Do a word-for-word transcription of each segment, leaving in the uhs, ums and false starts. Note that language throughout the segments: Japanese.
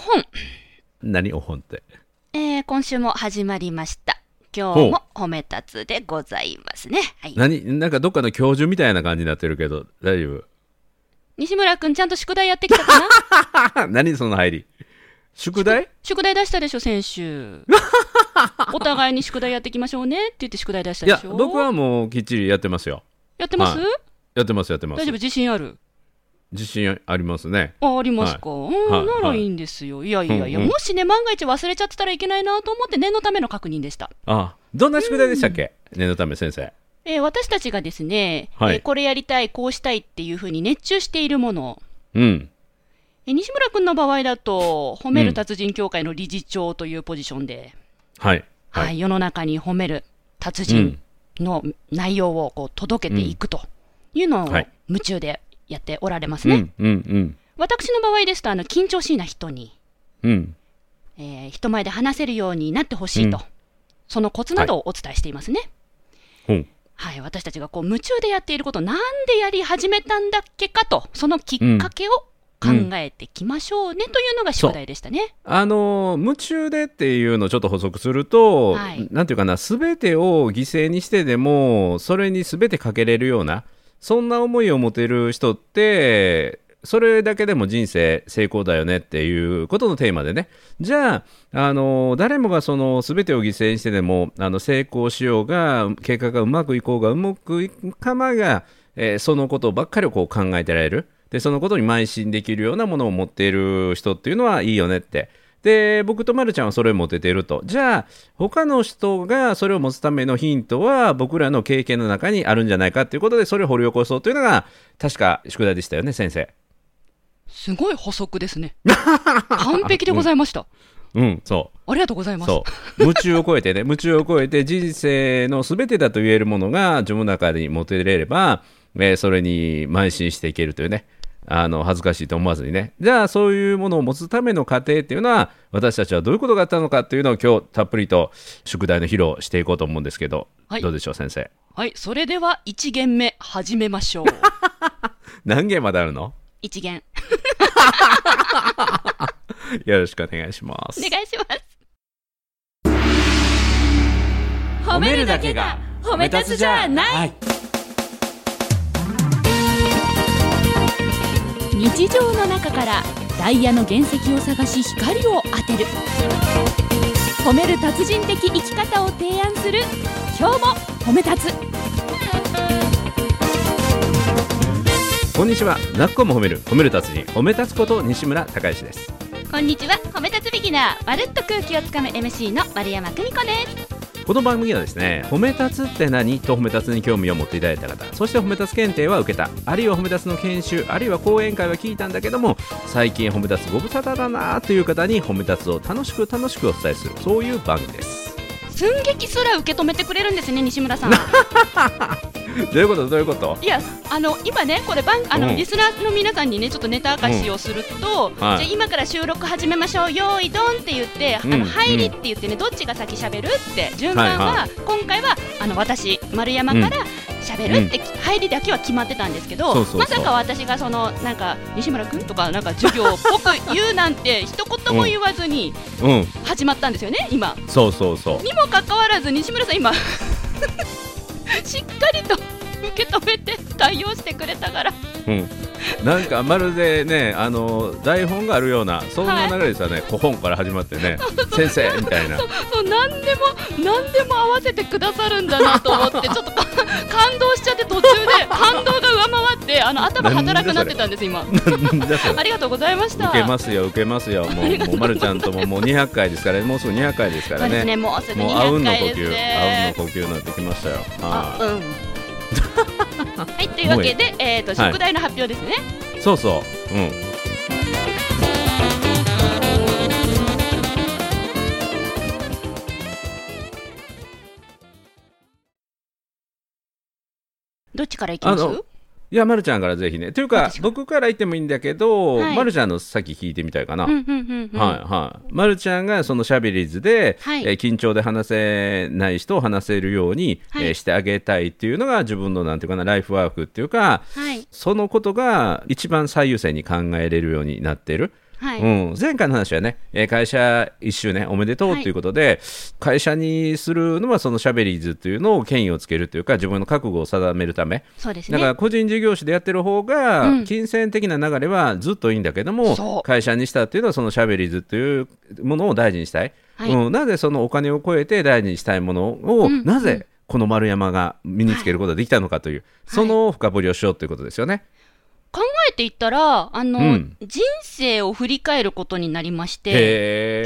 本。 何お本って。 えー、今週も始まりました。今日も褒め立つでございますね。はい、 何なんかどっかの教授みたいな感じになってるけど大丈夫？ 西村くんちゃんと宿題やってきたかな？ 何その入り。宿題宿題出したでしょ先週。お互いに宿題やっていきましょうねって言って宿題出したでしょ。 いや僕はもうきっちりやってますよ。 やってます、はい、 やってますやってます。 大丈夫？自信ある？ 自信ありますね。 あ、ありますか、はい、うん、はい、ならいいんですよ。いやいやいや、うんうん、もしね万が一忘れちゃってたらいけないなと思って念のための確認でした。 あ、どんな宿題でしたっけ、うん、念のため先生。 えー、私たちがですね、 はい、 えー、これやりたいこうしたいっていうふうに熱中しているもの、 うん、 えー、西村君の場合だと褒める達人協会の理事長というポジションで、 うん、はい、 はいはい、世の中に褒める達人の内容をこう届けていくというのを夢中でやっておられますね、 うんうんうん、 私の場合ですとあの緊張しいな人に、 うんえー、人前で話せるようになってほしいと、うん、そのコツなどをお伝えしていますね、 はいはい、私たちがこう夢中でやっていることなんでやり始めたんだっけかとそのきっかけを考えていきましょうね、うん、というのが宿題でしたね。 あの夢中でっていうのをちょっと補足すると、 はい、 なんていうかな、全てを犠牲にしてでもそれに全てかけれるようなそんな思いを持てる人ってそれだけでも人生成功だよねっていうことのテーマでね、じゃあ、あの誰もがその全てを犠牲にしてでもあの成功しようが計画がうまくいこうがうまくいかまが、えー、そのことばっかりをこう考えてられる、でそのことに邁進できるようなものを持っている人っていうのはいいよねって。で僕とまるちゃんはそれを持てていると。じゃあ他の人がそれを持つためのヒントは僕らの経験の中にあるんじゃないかということでそれを掘り起こそうというのが確か宿題でしたよね先生。 すごい補足ですね。完璧でございました、 うん、うん、そうありがとうございます。 そう夢中を超えてね夢中を超えて人生の全てだと言えるものが自分の中に持てれれば、えー、それに邁進していけるというね、あの恥ずかしいと思わずにね、じゃあそういうものを持つための過程っていうのは私たちはどういうことがあったのかっていうのを今日たっぷりと宿題の披露していこうと思うんですけど、はい、どうでしょう先生。 はい、それではいち限目始めましょう。 何限まであるの？ いち限。 よろしくお願いします。 お願いします。 褒めるだけが褒め立つじゃない、はい、 日常の中からダイヤの原石を探し光を当てる褒める達人的生き方を提案する今日も褒め立つ。 こんにちは。なっこも褒める褒める達人褒め立つこと西村孝之です。 こんにちは。褒め立つビギナーまるっと空気をつかむ エムシー の丸山久美子です。 この番組はですね、褒め立つって何と褒め立つに興味を持っていただいた方、そして褒め立つ検定は受けた、あるいは褒め立つの研修、あるいは講演会は聞いたんだけども最近褒め立つご無沙汰だなという方に褒め立つを楽しく楽しくお伝えする、そういう番組です。 寸劇すら受け止めてくれるんですね西村さん。 どういうことどういうこと？ いやあの今ねこれ番あの、うん、リスナーの皆さんにねちょっとネタ明かしをすると、うんはい、じゃあ今から収録始めましょうよーいドンって言って、うん、あの入りって言ってね、どっちが先喋るって順番は、はいはい、今回はあの私丸山から喋るって、うん、入りだけは決まってたんですけど、そうそうそう、まさか私がそのなんか西村くんとかなんか授業っぽく言うなんて一言も言わずに始まったんですよね、今。 そうそうそう。 にもかかわらず西村さん今しっかりと受け止めて対応してくれたから、 うん、なんかまるでねあの台本があるようなそんな流れですよね、はい、古本から始まってね先生みたいな、 そうそう何でも何でも合わせてくださるんだなと思ってちょっと感動しちゃって途中で感動が上回ってあの頭働くなってたんです今。ありがとうございました。 受けますよ受けますよ。もう、もうまるちゃんとももうにひゃっかいですからね、もうすぐにひゃっかいですからね。 そうですね、もうすぐにひゃっかいですね。 あうんの呼吸あうんの呼吸になってきましたよ。 あうんはい、というわけで、えー、と宿題の発表ですね、 はい、そうそう、うん、 どっちからいきます？ いや、まるちゃんからぜひね。というか僕から言ってもいいんだけど、はい、まるちゃんのさっき聞いてみたいかな。はいはい。まるちゃんがそのしゃべり図で、はい、えー、緊張で話せない人を話せるように、はい、えー、してあげたいっていうのが自分のなんていうかなライフワークっていうか、はい、そのことが一番最優先に考えれるようになっている。 はい、 うん、前回の話はね、会社いっしゅうねんおめでとうということで、はい、会社にするのはそのシャベリーズというのを権威をつけるというか、自分の覚悟を定めるため。 そうですね、 だから個人事業主でやってる方が、金銭的な流れはずっといいんだけども、うん、会社にしたっていうのはそのシャベリーズというものを大事にしたい、はい、うん、なぜそのお金を超えて大事にしたいものを、うん、なぜこの丸山が身につけることができたのかという、はい、その深掘りをしようということですよね。 考えていったらあの、うん、人生を振り返ることになりまして、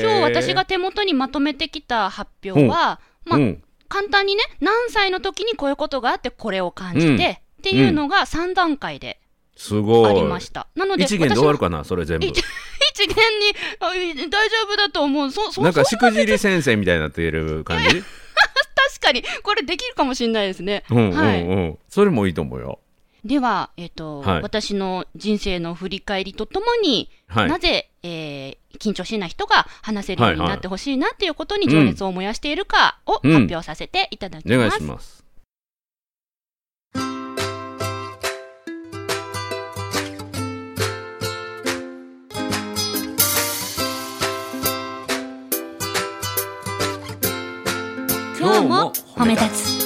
今日私が手元にまとめてきた発表は、うん、まあ、うん、簡単にね、何歳の時にこういうことがあってこれを感じて、うん、っていうのがさん段階でありました。なので一元で終わるかな、それ全部。 一元に大丈夫だと思う。そそなんかしくじり先生みたいになっている感じ確かにこれできるかもしれないですね、 うんうんうん、はい、それもいいと思うよ。 では、えーとはい、私の人生の振り返りとともに、はい、なぜ、えー、緊張しない人が話せるようになってほしいなっていうことに情熱を燃やしているかを発表させていただきます。 うんうん、お願いします。 今日も褒め立つ。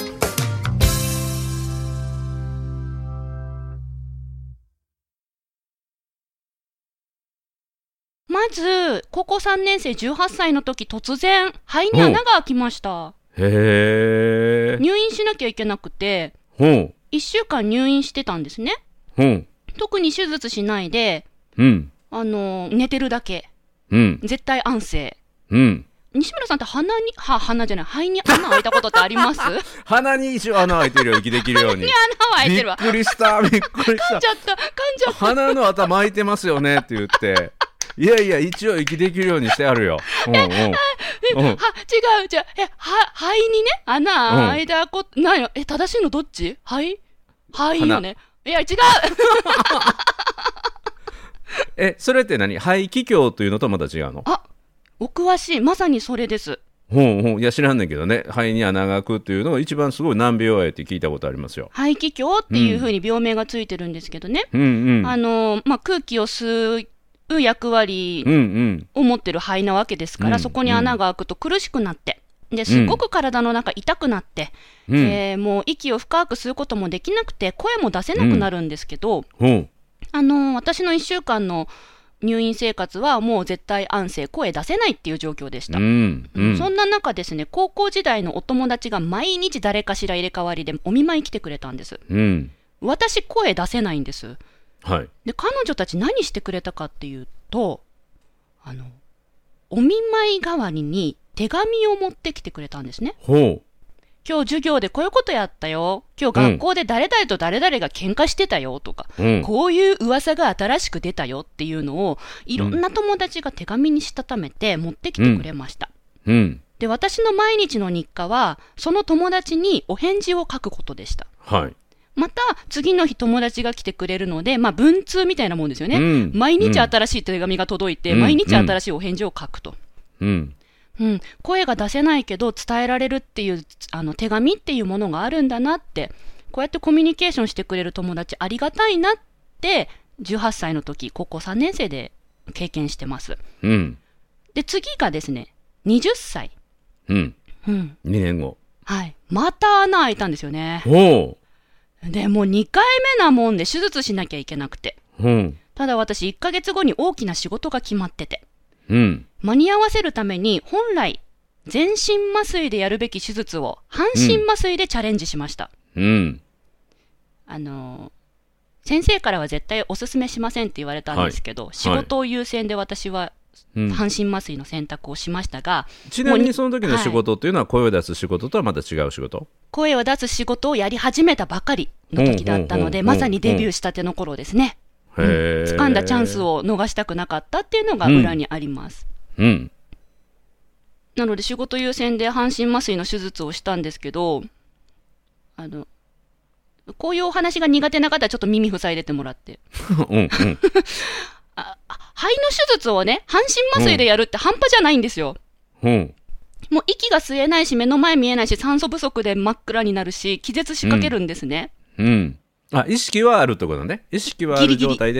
まず高校さんねん生じゅうはっさいの時、突然肺に穴が開きました。 へー。 入院しなきゃいけなくていっしゅうかん入院してたんですね。特に手術しないで、うん、あの寝てるだけ、うん、絶対安静、うん、西村さんって鼻には鼻じゃない肺に穴開いたことってあります鼻に一応穴開いてるよ、息できるように。 鼻に穴は開いてるわ。 びっくりしたびっくりした。 噛んじゃった噛んじゃった。 鼻の頭開いてますよねって言っていやいや一応息できるようにしてあるよ。うんうん、うん、は違うじゃえは肺にね穴開いたこと、うん、ないの。え正しいのどっち？肺肺よね。いや違うえそれって何？肺気胸というのとまた違うの？ あお詳しい。まさにそれです。 ほうほう。いや知らんねんけどね、肺に穴が開くっていうのが一番すごい難病やって聞いたことありますよ。 肺気胸っていう風に病名がついてるんですけどね、うんうん、あのまあ、空気を吸う役割を持ってる肺なわけですから、うんうん、そこに穴が開くと苦しくなって、ですごく体の中痛くなって、うんえー、もう息を深く吸うこともできなくて声も出せなくなるんですけど、うん、あの私のいっしゅうかんの入院生活はもう絶対安静、声出せないっていう状況でした、うんうん、そんな中ですね、高校時代のお友達が毎日誰かしら入れ替わりでお見舞い来てくれたんです、うん、私声出せないんです、はい、で彼女たち何してくれたかっていうと、あのお見舞い代わりに手紙を持ってきてくれたんですね。ほう。今日授業でこういうことやったよ、今日学校で誰々と誰々が喧嘩してたよとか、うん、こういう噂が新しく出たよっていうのをいろんな友達が手紙にしたためて持ってきてくれました、うんうん、で私の毎日の日課はその友達にお返事を書くことでした、はい、また次の日友達が来てくれるので、まあ、文通みたいなもんですよね、うん、毎日新しい手紙が届いて、うん、毎日新しいお返事を書くと、うんうん、声が出せないけど伝えられるっていうあの手紙っていうものがあるんだなって、こうやってコミュニケーションしてくれる友達ありがたいなってじゅうはっさいの時高校さんねん生で経験してます、うん、で次がですねはたち、うんうん、 にねんご、 はい、また穴開いたんですよね。おでもうにかいめなもんで手術しなきゃいけなくて、うん、ただ私いっかげつごに大きな仕事が決まってて、うん、間に合わせるために本来全身麻酔でやるべき手術を半身麻酔でチャレンジしました、うん、あの先生からは絶対おすすめしませんって言われたんですけど、はい、仕事を優先で私は半身麻酔の選択をしましたが、 うん、ちなみにその時の仕事っていうのは声を出す仕事とはまた違う仕事？ 声を出す仕事をやり始めたばかりの時だったので、まさにデビューしたての頃ですね。うん、掴んだチャンスを逃したくなかったっていうのが裏にあります、うんうん、なので仕事優先で半身麻酔の手術をしたんですけど、あのこういうお話が苦手な方はちょっと耳塞いでてもらってうん、うん、あ肺の手術をね半身麻酔でやるって半端じゃないんですよ、うん、もう息が吸えないし目の前見えないし酸素不足で真っ暗になるし気絶しかけるんですね、うんうん、 あ意識はあるってことね。意識はある状態でギリギ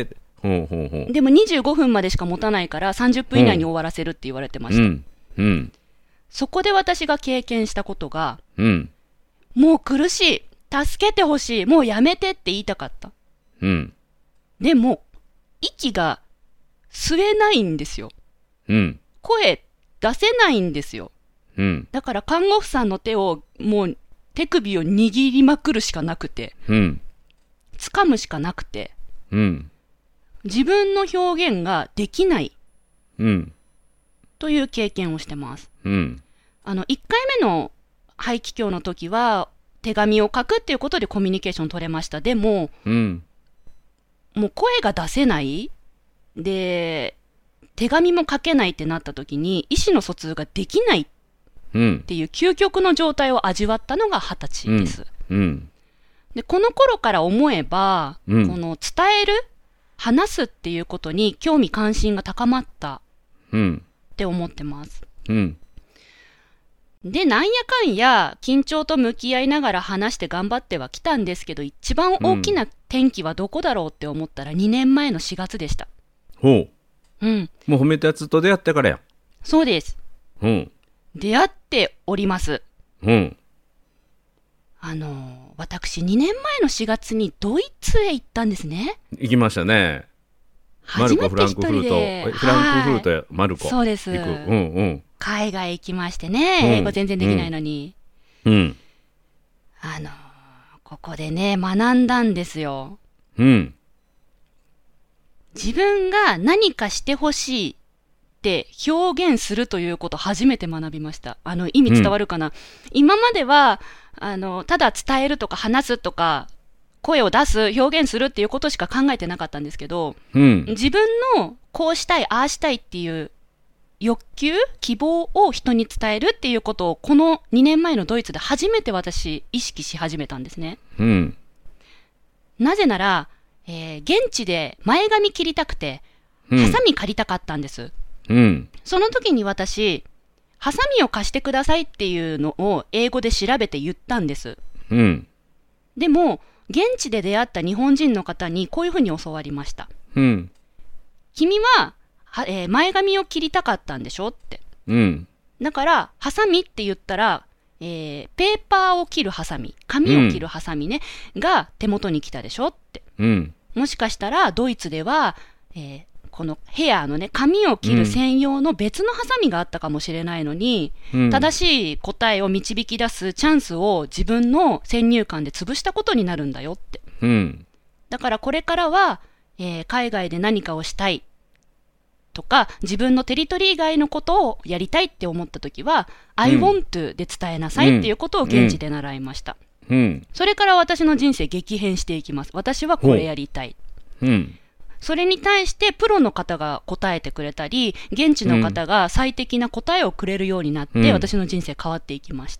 ほうほうほう。 でもにじゅうごふんまでしか持たないからさんじゅっぷん以内に終わらせるって言われてました、 うんうん、 そこで私が経験したことが、 うん、 もう苦しい、助けてほしい、もうやめてって言いたかった、 うん、 でも息が吸えないんですよ、 うん、 声出せないんですよ、 うん、 だから看護婦さんの手をもう手首を握りまくるしかなくて、 うん、 掴むしかなくて、 うん、 自分の表現ができない、 うん、 という経験をしてます、 うん、 あのいっかいめの肺気胸の時は手紙を書くっていうことでコミュニケーション取れました。でも、 うん、 もう声が出せないで手紙も書けないってなった時に意思の疎通ができないっていう究極の状態を味わったのがはたちです、 うんうん、 でこの頃から思えば、 うん、 この伝える話すっていうことに興味関心が高まったって思ってます、 うん、 でなんやかんや緊張と向き合いながら話して頑張ってはきたんですけど、一番大きな転機はどこだろうって思ったらにねんまえのしがつでした。 ほう、うん、 もう褒めたやつと出会ってからや。 そうです、 うん、 出会っております、 うん、 あの私にねんまえのしがつにドイツへ行ったんですね。 行きましたね。マルコ・フランクフルト、フランクフルトやマルコ、 そうです、 行く、うんうん、 海外行きましてね、 うん、 英語全然できないのに、 うん、 あのここでね学んだんですよ、 うん、 自分が何かしてほしいって表現するということを初めて学びました。あの意味伝わるかな、うん、今まではあのただ伝えるとか話すとか声を出す表現するっていうことしか考えてなかったんですけど、 うん、 自分のこうしたいああしたいっていう欲求希望を人に伝えるっていうことをこのにねんまえのドイツで初めて私意識し始めたんですね、 うん、 なぜなら、えー、現地で前髪切りたくてハサミ借りたかったんです、 うん、 その時に私ハサミを貸してくださいっていうのを英語で調べて言ったんです、 うん、 でも現地で出会った日本人の方にこういうふうに教わりました、 うん、 君は、は、えー、前髪を切りたかったんでしょって、 うん、 だからハサミって言ったら、えー、ペーパーを切るハサミ、紙を切るハサミね、うん、が手元に来たでしょって、 うん、 もしかしたらドイツでは、えーこのヘアのね髪を切る専用の別のハサミがあったかもしれないのに、うん、正しい答えを導き出すチャンスを自分の先入観で潰したことになるんだよって、 うん、だからこれからは、えー、海外で何かをしたいとか自分のテリトリー外のことをやりたいって思った時は、うん、I want to で伝えなさいっていうことを現地で習いました、うんうん、それから私の人生激変していきます。私はこれやりたい、うん、それに対してプロの方が答えてくれたり現地の方が最適な答えをくれるようになって、うん、私の人生変わっていきました。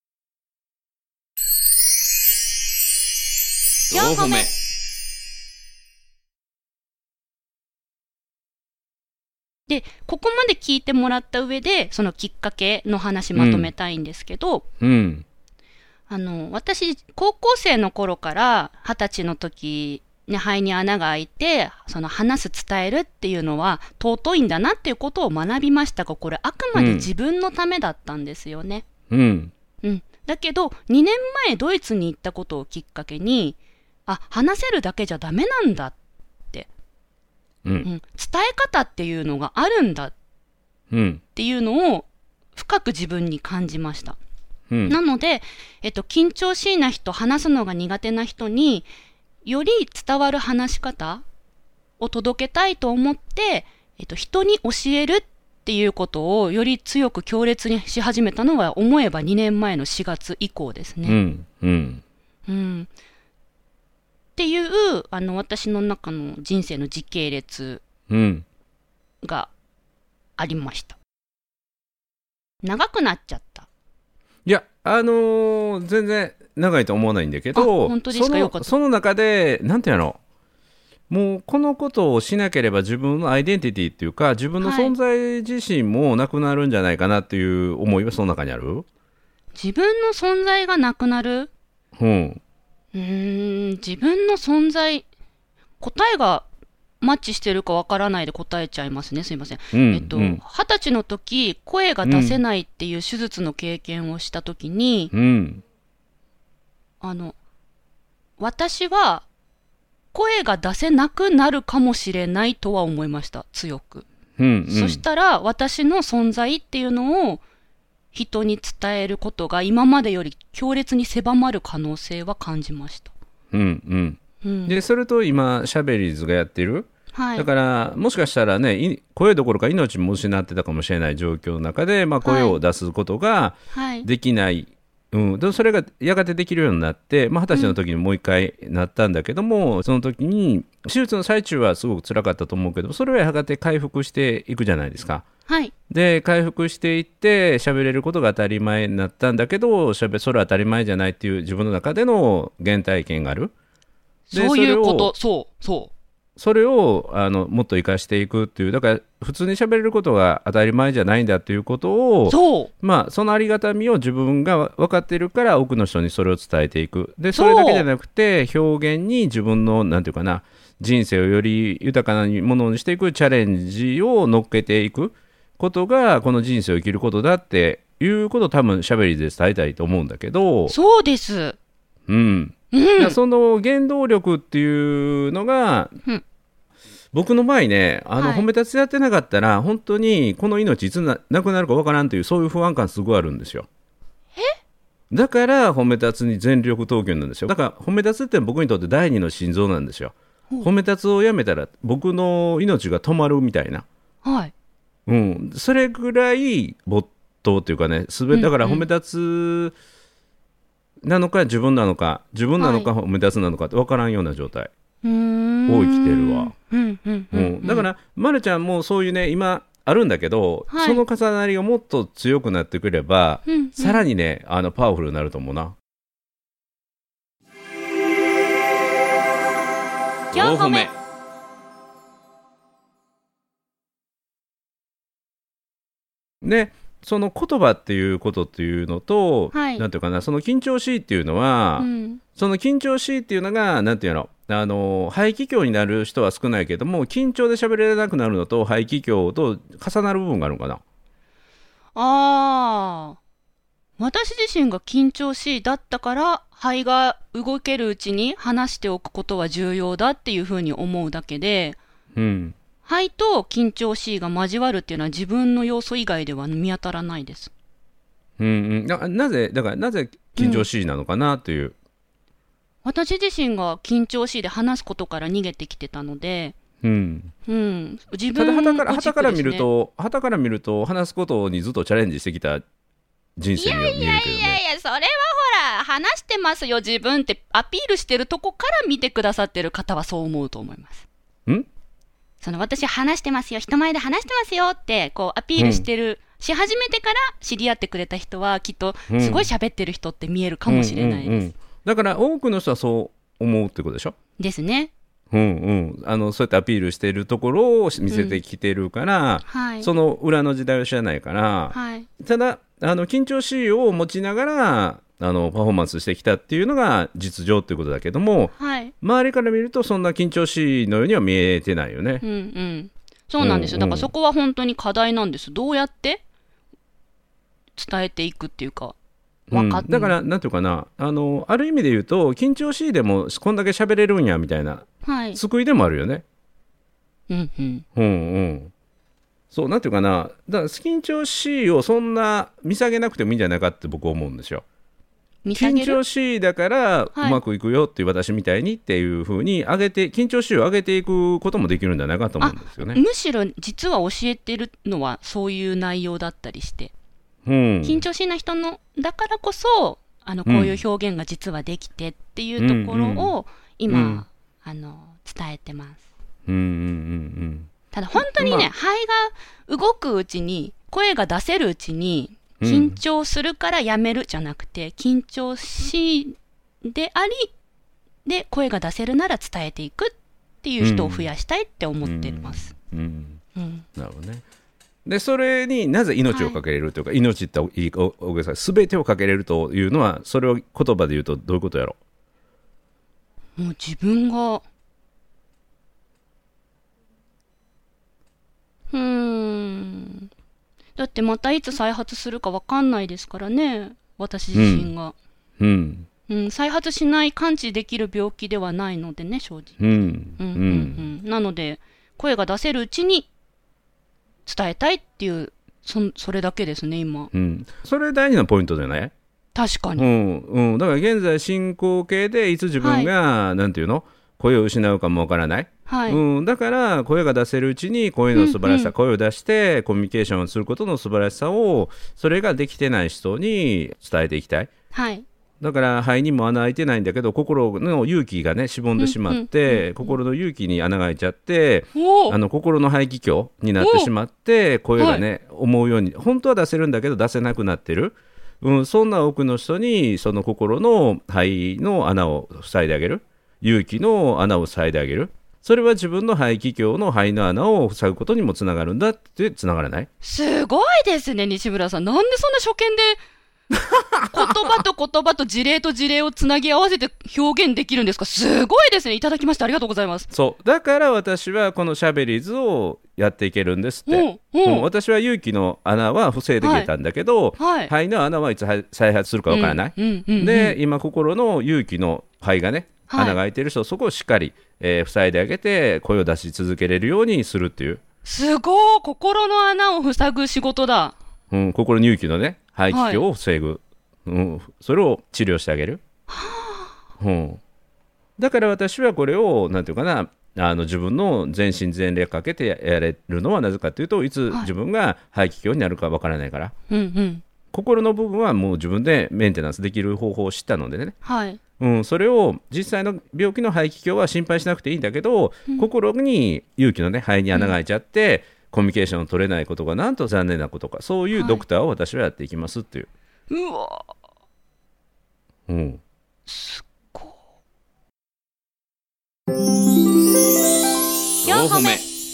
よんほめ。でここまで聞いてもらった上でそのきっかけの話まとめたいんですけど、うんうん、あの私高校生の頃からはたちの時ね、肺に穴が開いてその話す伝えるっていうのは尊いんだなっていうことを学びましたが、これあくまで自分のためだったんですよね、うんうん、だけどにねんまえドイツに行ったことをきっかけにあ話せるだけじゃダメなんだって、うんうん、伝え方っていうのがあるんだっていうのを深く自分に感じました、うん、なので、えっと、緊張しいな人話すのが苦手な人により伝わる話し方を届けたいと思って、えっと、人に教えるっていうことをより強く強烈にし始めたのは思えばにねんまえのしがつ以降ですね、うんうんうん、っていうあの私の中の人生の時系列がありました、うん、長くなっちゃった。 いやあのー、全然長いと思わないんだけど、 本当ですか、よかった。 その中でなんていうの、もうこのことをしなければ自分のアイデンティティっていうか自分の存在自身もなくなるんじゃないかなっていう思いはその中にある。 自分の存在がなくなる、うん、うーん自分の存在、答えがマッチしてるかわからないで答えちゃいますね。すいません。 うん、 えっと、 うん、 二十歳の時、声が出せないっていう手術の経験をした時に、 うん、 あの、私は声が出せなくなるかもしれないとは思いました。強く。 うんうん、 そしたら、私の存在っていうのを人に伝えることが今までより強烈に狭まる可能性は感じました。 うんうんうん、 でそれと今シャベリーズがやってる、 はい、 だからもしかしたらね、声どころか命も失ってたかもしれない状況の中で、まあ、声を出すことができない、はいはい、うん、でそれがやがてできるようになって、まあ、はたちの時にもう一回なったんだけども、うん、その時に手術の最中はすごく辛かったと思うけど、それはやがて回復していくじゃないですか。 はい、で回復していって喋れることが当たり前になったんだけど、しゃべそれは当たり前じゃないっていう自分の中での原体験がある。でそういうこと、そうそうそれをあのもっと生かしていくっていう、だから普通に喋れることが当たり前じゃないんだっていうことを、 そう、 まあ、そのありがたみを自分が分かっているから多くの人にそれを伝えていく。でそれだけじゃなくて表現に自分のなんていうかな、人生をより豊かなものにしていくチャレンジを乗っけていくことがこの人生を生きることだっていうことを多分しゃべりで伝えたいと思うんだけど。 そうです、 うんうん、その原動力っていうのが、うん、僕の場合ね、あの、はい、褒め立つやってなかったら本当にこの命いつななくなるかわからんという、そういう不安感すごいあるんですよ。 えだから褒め立つに全力投球なんですよ。だから褒め立つって僕にとって第二の心臓なんですよ。褒め立つをやめたら僕の命が止まるみたいな、 はい、 うん、それぐらい没頭っていうかね、すべてだから褒め立つ、うんうんなのか自分なのか自分なのか褒め立つなのかって分からんような状態を生きてるわ。だからまるちゃんもそういうね今あるんだけど、はい、その重なりがもっと強くなってくれば、うんうん、さらにねあのパワフルになると思うな。 よんほめね、その言葉っていうことっていうのと、 はい、 なんていうかな、その緊張しいっていうのは、うん、その緊張しいっていうのがなんていうの、あの肺気胸になる人は少ないけども、緊張で喋れなくなるのと肺気胸と重なる部分があるのかな。 あー、私自身が緊張しいだったから肺が動けるうちに話しておくことは重要だっていうふうに思うだけで、 うん、 肺と緊張しいが交わるっていうのは自分の要素以外では見当たらないです。 うんうん、な, なぜだからなぜ緊張しいなのかなという、うん、 私自身が緊張しいで話すことから逃げてきてたので、 うんうん、自分ただ旗から旗から見ると旗から見ると話すことにずっとチャレンジしてきた人生には見えるけどね。いやいやいやいや、 それはほら話してますよ自分ってアピールしてるとこから見てくださってる方はそう思うと思います。 んその私話してますよ、人前で話してますよってこうアピールしてる、うん、し始めてから知り合ってくれた人はきっとすごい喋ってる人って見えるかもしれないです、うんうんうん、 だから多くの人はそう思うってことでしょ。 ですね。 うんうん、あのそうやってアピールしているところを見せてきてるから、うんはい、その裏の時代を知らないから、 はい、 ただあの緊張しいを持ちながらあのパフォーマンスしてきたっていうのが実情っていうことだけども、 はい、 周りから見るとそんな緊張しいのようには見えてないよね。 うんうん、そうなんですよ、うんうん、だからそこは本当に課題なんです。どうやって伝えていくっていうか分かっ、 うん、だからなんていうかな、あのある意味で言うと緊張しいでもこんだけ喋れるんやみたいな、はい、救いでもあるよね。 うんうんうんうんそうなんていうかな、だから緊張しいをそんな見下げなくてもいいんじゃないかって僕は思うんですよ。緊張しいだからうまくいくよっていう、はい、私みたいにっていう風に上げて緊張しいを上げていくこともできるんじゃないかと思うんですよね。 むしろ実は教えてるのはそういう内容だったりして、 うん、 緊張しいな人のだからこそあのこういう表現が実はできてっていうところを今、うん、あの伝えてます。 うんうんうんうんただ本当にね、まあ、肺が動くうちに声が出せるうちに緊張するからやめるじゃなくて、うん、緊張しでありで声が出せるなら伝えていくっていう人を増やしたいって思ってます、 うんうんうん、なるほどね。でそれになぜ命をかけれるというか、はい、命っていい大げさ全てをかけれるというのはそれを言葉で言うとどういうことやろ。 もう自分がうーん。だってまたいつ再発するか分かんないですからね、私自身が。 うん、 うん、再発しない完治できる病気ではないのでね、正直。 うん、 うんうんうん、なので声が出せるうちに伝えたいっていう、そ, それだけですね今、 うん、それ大事なポイントじゃない？ 確かに、 うんうん、だから現在進行形でいつ自分が、はい、なんていうの、声を失うかもわからない、はいうん、だから声が出せるうちに声の素晴らしさ、うんうん、声を出してコミュニケーションをすることの素晴らしさを、それができてない人に伝えていきたい、はい、だから肺にも穴開いてないんだけど心の勇気がねしぼんでしまって、うんうんうんうん、心の勇気に穴が開いちゃって、あの心の排気胸になってしまって声がね、はい、思うように本当は出せるんだけど出せなくなってる、うん、そんな多くの人にその心の肺の穴を塞いであげる、勇気の穴を塞いであげる、それは自分の排気胸の肺の穴を塞ぐことにもつながるんだってつながらない？ すごいですね西村さん、なんでそんな初見で言葉と言葉と事例と事例をつなぎ合わせて表現できるんですか？すごいですね。いただきましてありがとうございます。 そうだから私はこのしゃべり図をやっていけるんですって、うんうん、私は勇気の穴は防いできたんだけど、はいはい、肺の穴はいつ再発するかわからない、うんうんうんうん、で今心の勇気の肺がね、はい、穴が開いてる人、そこをしっかり、えー、塞いであげて声を出し続けれるようにするっていう、 すごい心の穴を塞ぐ仕事だ、 うん、心の勇気のね排気胸を防ぐ、はいうん、それを治療してあげる、うん、だから私はこれをなんていうかな、あの自分の全身全霊かけてやれるのはなぜかというと、いつ自分が排気胸になるかわからないから、はいうんうん、心の部分はもう自分でメンテナンスできる方法を知ったのでね、はいうん、それを実際の病気の排気胸は心配しなくていいんだけど、うん、心に勇気のね肺に穴が開いちゃって、うんコミュニケーションを取れないことがなんと残念なことか、そういうドクターを私はやっていきますっていう、はい、うわうんすっごいよんほめ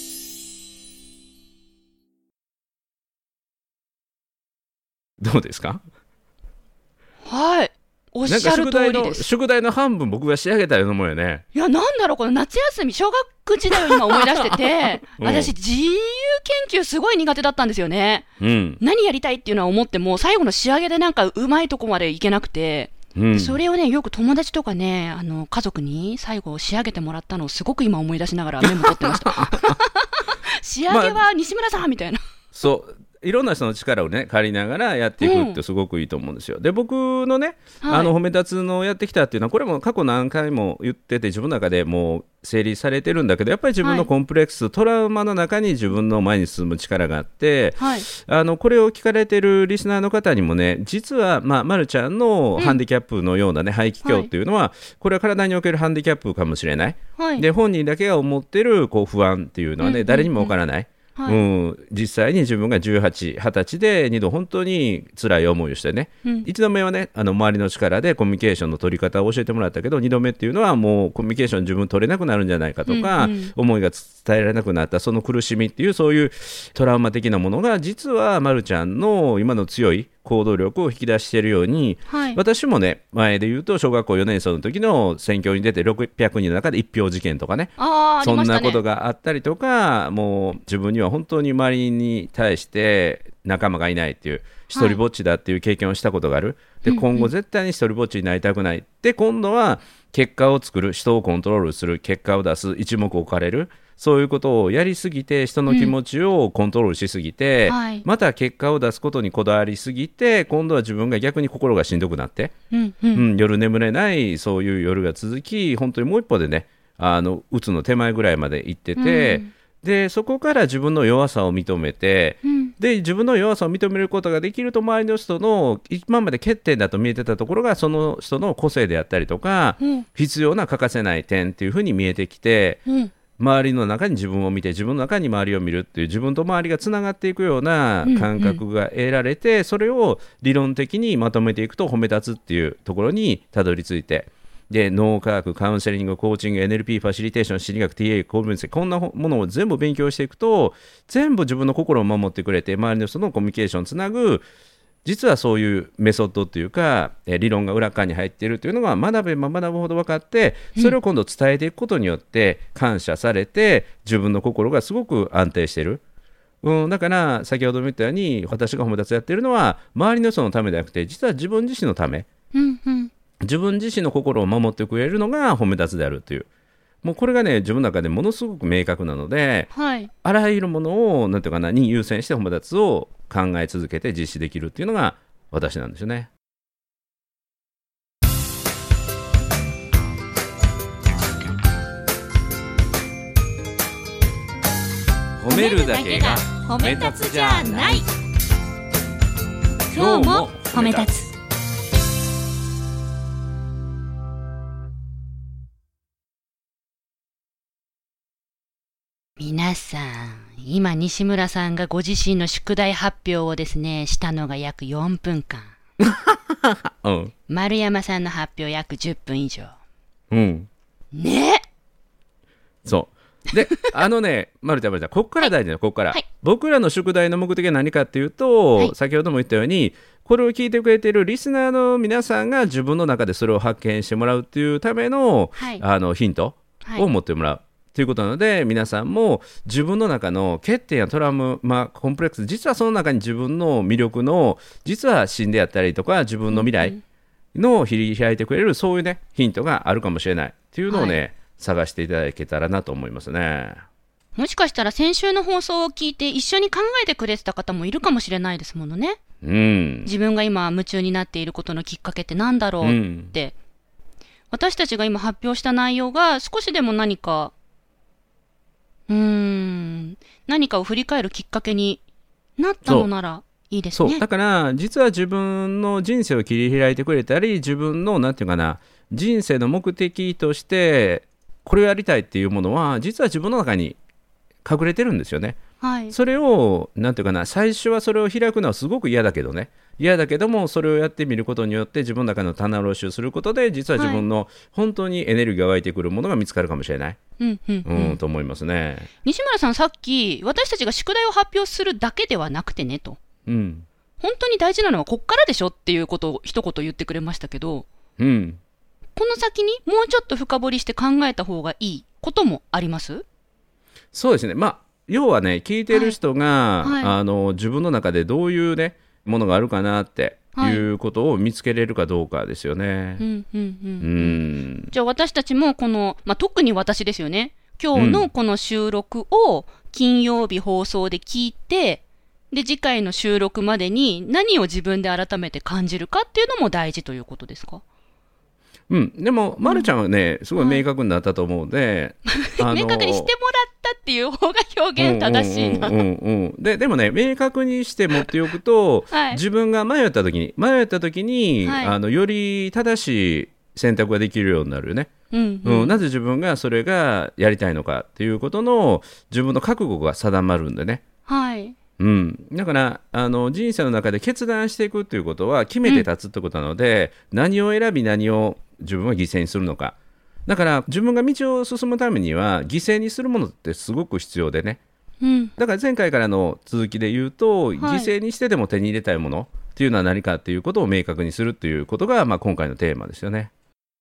どうですか？ はいおっしゃる通りです。 宿題の半分僕が仕上げたようなもんよね。 いやなんだろう、この夏休み小学時代を今思い出してて、うん、私自由研究すごい苦手だったんですよね、うん、何やりたいっていうのは思っても最後の仕上げでなんかうまいとこまでいけなくて、うん、それをねよく友達とかねあの家族に最後仕上げてもらったのをすごく今思い出しながらメモ取ってました仕上げは西村さん、まあ、みたいなそういろんな人の力をね借りながらやっていくってすごくいいと思うんですよ、うん、で僕のね、はい、あの褒め立つのをやってきたっていうのはこれも過去何回も言ってて自分の中でもう整理されてるんだけど、やっぱり自分のコンプレックス、はい、トラウマの中に自分の前に進む力があって、はい、あのこれを聞かれてるリスナーの方にもね、実は、まあ、まるちゃんのハンディキャップのようなね、うん、排気胸っていうのは、はい、これは体におけるハンディキャップかもしれない、はい、で本人だけが思ってるこう不安っていうのはね、うんうんうん、誰にもわからない、はいうん、実際に自分がじゅうはち、はたちでにど本当に辛い思いをしてね、うん、いちどめはねあの周りの力でコミュニケーションの取り方を教えてもらったけど、にどめっていうのはもうコミュニケーション自分取れなくなるんじゃないかとか、うんうん、思いが伝えられなくなったその苦しみっていうそういうトラウマ的なものが実はまるちゃんの今の強い行動力を引き出しているように、はい、私もね前で言うと小学校よねん生の時の選挙に出てろっぴゃくにんの中でいち票事件とかね、あそんなことがあったりとか、もう自分には本当に周りに対して仲間がいないっていう一人ぼっちだっていう経験をしたことがある、はい、で今後絶対に一人ぼっちになりたくない、うんうん、で今度は結果を作る、人をコントロールする、結果を出す、一目置かれる、そういうことをやりすぎて人の気持ちをコントロールしすぎて、うんはい、また結果を出すことにこだわりすぎて今度は自分が逆に心がしんどくなって、うんうんうん、夜眠れないそういう夜が続き、本当にもう一歩でねあのうつの手前ぐらいまで行ってて、うん、でそこから自分の弱さを認めて、うん、で自分の弱さを認めることができると周りの人の今まで欠点だと見えてたところがその人の個性であったりとか、うん、必要な欠かせない点っていうふうに見えてきて、うん周りの中に自分を見て自分の中に周りを見るっていう自分と周りがつながっていくような感覚が得られて、うんうん、それを理論的にまとめていくと褒め立つっていうところにたどり着いて、で脳科学、カウンセリング、コーチング、エヌエルピー、ファシリテーション、心理学、ティーエー、コール分析、こんなものを全部勉強していくと全部自分の心を守ってくれて周りの人のコミュニケーションをつなぐ、実はそういうメソッドっていうか理論が裏側に入っているというのが学べば学ぶほど分かって、それを今度伝えていくことによって感謝されて自分の心がすごく安定している、 うん、だから先ほども言ったように私が褒め立つやってるのは周りの人のためではなくて実は自分自身のため、 うんうん、 自分自身の心を守ってくれるのが褒め立つであるという、もうこれがね自分の中でものすごく明確なので、 はい、 あらゆるものをなんていうかなに優先して褒め立つを考え続けて実施できるっていうのが私なんですよね。褒めるだけが褒め立つじゃない。 今日も褒め立つ。皆さん、今西村さんがご自身の宿題発表をですねしたのが約よんぷんかん、 うん、 丸山さんの発表約じゅっぷん以上、 うん、 ね。 そうであのね丸ちゃん丸ちゃんここから大事なの、はい、ここから、はい、僕らの宿題の目的は何かっていうと、はい、先ほども言ったようにこれを聞いてくれているリスナーの皆さんが自分の中でそれを発見してもらうっていうための、はい、あのヒントを持ってもらう、はいということなので、皆さんも自分の中の欠点やトラウマ、コンプレックス、実はその中に自分の魅力の実は芯であったりとか自分の未来の切り開いてくれるそういうねヒントがあるかもしれないっていうのをね、はい、探していただけたらなと思いますね。 もしかしたら先週の放送を聞いて一緒に考えてくれてた方もいるかもしれないですものね、うん、自分が今夢中になっていることのきっかけってなんだろうって、うん、私たちが今発表した内容が少しでも何かうーん何かを振り返るきっかけになったのならいいですね。 そうだから実は自分の人生を切り開いてくれたり自分のなんていうかな人生の目的としてこれをやりたいっていうものは実は自分の中に隠れてるんですよね、はい、それをなんていうかな最初はそれを開くのはすごく嫌だけどね嫌だけどもそれをやってみることによって自分の中の棚卸しをすることで実は自分の本当にエネルギーが湧いてくるものが見つかるかもしれない、うんうんうんうん、と思いますね。 西村さんさっき私たちが宿題を発表するだけではなくてねと、うん、本当に大事なのはこっからでしょっていうことを一言言ってくれましたけど、うん、この先にもうちょっと深掘りして考えた方がいいこともあります？ そうですね、まあ要はね聞いてる人が、はいはい、あの自分の中でどういうねものがあるかなっていうことを見つけれるかどうかですよね。 じゃあ私たちもこの、まあ、特に私ですよね今日のこの収録を金曜日放送で聞いて、うん、で次回の収録までに何を自分で改めて感じるかっていうのも大事ということですか？ うん、でも、ま、るちゃんはね、うん、すごい明確になったと思うので、 はい、明確にしてもらったっていう方が表現正しいな、うんうんうんうん、で, でもね明確にして持っておくと、はい、自分が迷った時に迷った時に、はい、あのより正しい選択ができるようになるよね、うんうんうん、なぜ自分がそれがやりたいのかっていうことの自分の覚悟が定まるんでね、はいうん、だからあの人生の中で決断していくということは決めて立つということなので、うん、何を選び何を自分は犠牲にするのかだから自分が道を進むためには犠牲にするものってすごく必要でね、うん、だから前回からの続きで言うと、はい、犠牲にしてでも手に入れたいものっていうのは何かっていうことを明確にするっていうことが、まあ、今回のテーマですよね。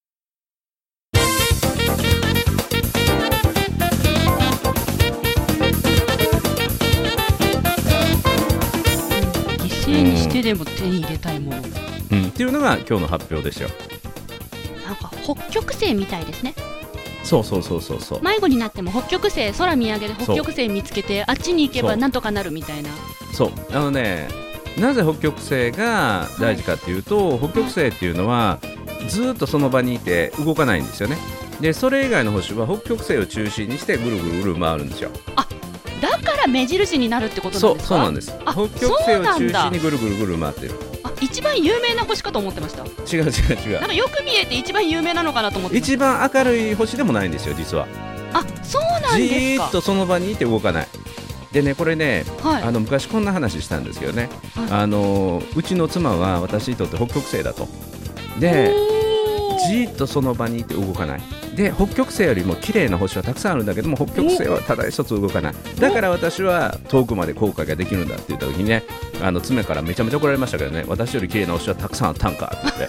犠牲にしてでも手に入れたいもの、 うんうん、っていうのが今日の発表ですよ。 なんか北極星みたいですね。 そうそうそうそうそう迷子になっても北極星空見上げで北極星見つけてあっちに行けばなんとかなるみたいな。 そうあのねなぜ北極星が大事かっていうと、はい、北極星っていうのはずっとその場にいて動かないんですよね。でそれ以外の星は北極星を中心にしてぐるぐるぐる回るんですよ。あだから目印になるってことなんですか？ そう、そうなんです。北極星を中心にぐるぐるぐる回ってる。 あ一番有名な星かと思ってました。 違う違う違う。 なんかよく見えて一番有名なのかなと思ってました。 一番明るい星でもないんですよ実は。 あそうなんですか。 じーっとその場にいて動かない。でねこれね、はい、あの昔こんな話したんですけどね、はい、あのうちの妻は私にとって北極星だと。でじーっとその場にいて動かない。で北極星よりも綺麗な星はたくさんあるんだけども北極星はただ一つ動かない。だから私は遠くまで航海ができるんだって言った時にねあの妻からめちゃめちゃ怒られましたけどね私より綺麗な星はたくさんあったんかって言って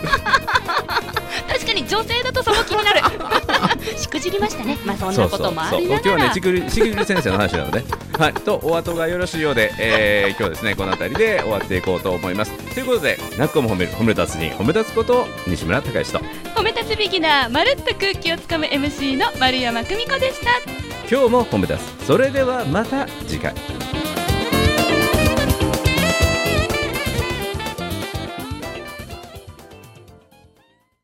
確かに女性だとその気になるしくじりましたね。まあそんなこともありながらそうそうそう今日はねしくり先生の話なのではい、とお後がよろしいようで、えー、今日はですねこの辺りで終わっていこうと思います。ということで、なっこも褒める褒め立つに褒め立つこと西村孝之と褒め立つビギナーまるっと空気をつかむ エムシー の丸山久美子でした。 今日も褒め立つ。それではまた次回。